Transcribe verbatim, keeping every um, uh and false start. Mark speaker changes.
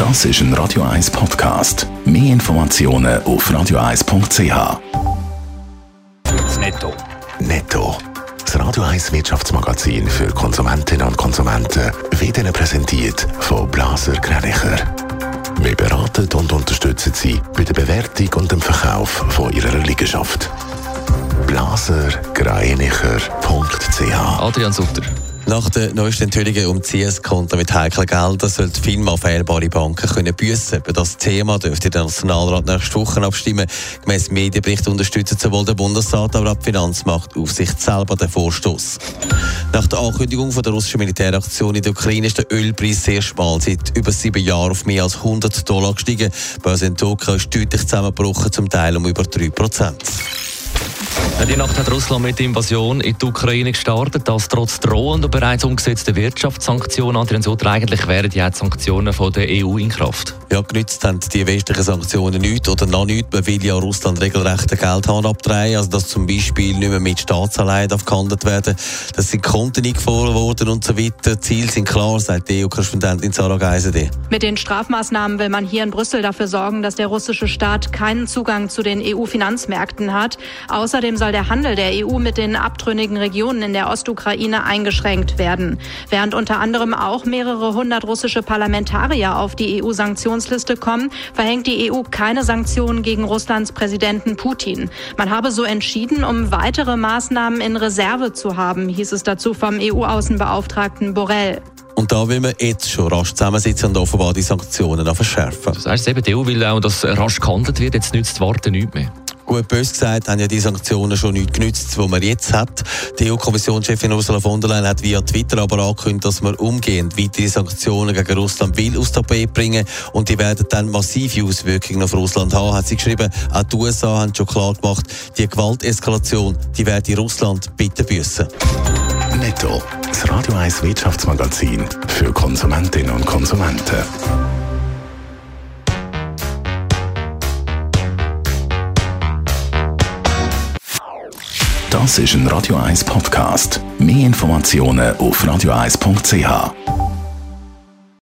Speaker 1: Das ist ein Radio eins Podcast. Mehr Informationen auf radio eins punkt c h.
Speaker 2: Das Netto.
Speaker 1: Netto. Das Radio eins Wirtschaftsmagazin für Konsumentinnen und Konsumenten wird Ihnen präsentiert von Blaser Greinicher. Wir beraten und unterstützen Sie bei der Bewertung und dem Verkauf von Ihrer Liegenschaft. blaser greinicher punkt c h.
Speaker 2: Adrian Sutter.
Speaker 3: Nach den neuesten Enthüllungen um C S-Konten mit heiklen Geldern sollen vielmal fehlbare Banken können büssen. Über das Thema dürfte der Nationalrat nächste Woche abstimmen. Gemäss Medienbericht unterstützen sowohl der Bundesrat als auch die Finanzmarktaufsicht selber den Vorstoß. Nach der Ankündigung von der russischen Militäraktion in der Ukraine ist der Ölpreis sehr schmal seit über sieben Jahren auf mehr als hundert Dollar gestiegen. Die Börse in Tokio ist deutlich zusammengebrochen, zum Teil um über drei Prozent.
Speaker 2: Die Nacht hat Russland mit der Invasion in die Ukraine gestartet, das trotz drohender bereits umgesetzter Wirtschaftssanktionen. Adrian Sutter, eigentlich wären die Sanktionen von der E U in Kraft.
Speaker 3: Ja, genützt haben die westlichen Sanktionen nichts oder noch nichts. Man will ja Russland regelrecht den Geldhahn abdrehen, also dass zum Beispiel nicht mehr mit Staatsanleihen gehandelt werden. Das sind Konten eingefroren worden und so weiter. Ziele sind klar, sagt die E U-Korrespondentin Sarah Geiserde.
Speaker 4: Mit den Strafmaßnahmen will man hier in Brüssel dafür sorgen, dass der russische Staat keinen Zugang zu den E U-Finanzmärkten hat. Außerdem soll der Handel der E U mit den abtrünnigen Regionen in der Ostukraine eingeschränkt werden. Während unter anderem auch mehrere hundert russische Parlamentarier auf die E U-Sanktionsliste kommen, verhängt die E U keine Sanktionen gegen Russlands Präsidenten Putin. Man habe so entschieden, um weitere Maßnahmen in Reserve zu haben, hieß es dazu vom E U-Außenbeauftragten Borrell.
Speaker 3: Und da will man jetzt schon rasch zusammensitzen und offenbar die Sanktionen verschärfen.
Speaker 2: Das heisst, eben, die E U will auch, dass rasch gehandelt wird, jetzt nützt Warten nichts mehr.
Speaker 3: Gut, bös gesagt, haben ja die Sanktionen schon nicht genützt, die man jetzt hat. Die E U-Kommissionschefin Ursula von der Leyen hat via Twitter aber angekündigt, dass man umgehend weitere Sanktionen gegen Russland will aus der Tapet bringen und die werden dann massive Auswirkungen auf Russland haben, hat sie geschrieben. Auch die U S A haben schon klar gemacht, die Gewalteskalation, die werde Russland bitte büssen.
Speaker 1: Netto. Das Radio eins Wirtschaftsmagazin für Konsumentinnen und Konsumenten. Das ist ein Radio eins Podcast. Mehr Informationen auf radio eins punkt c h.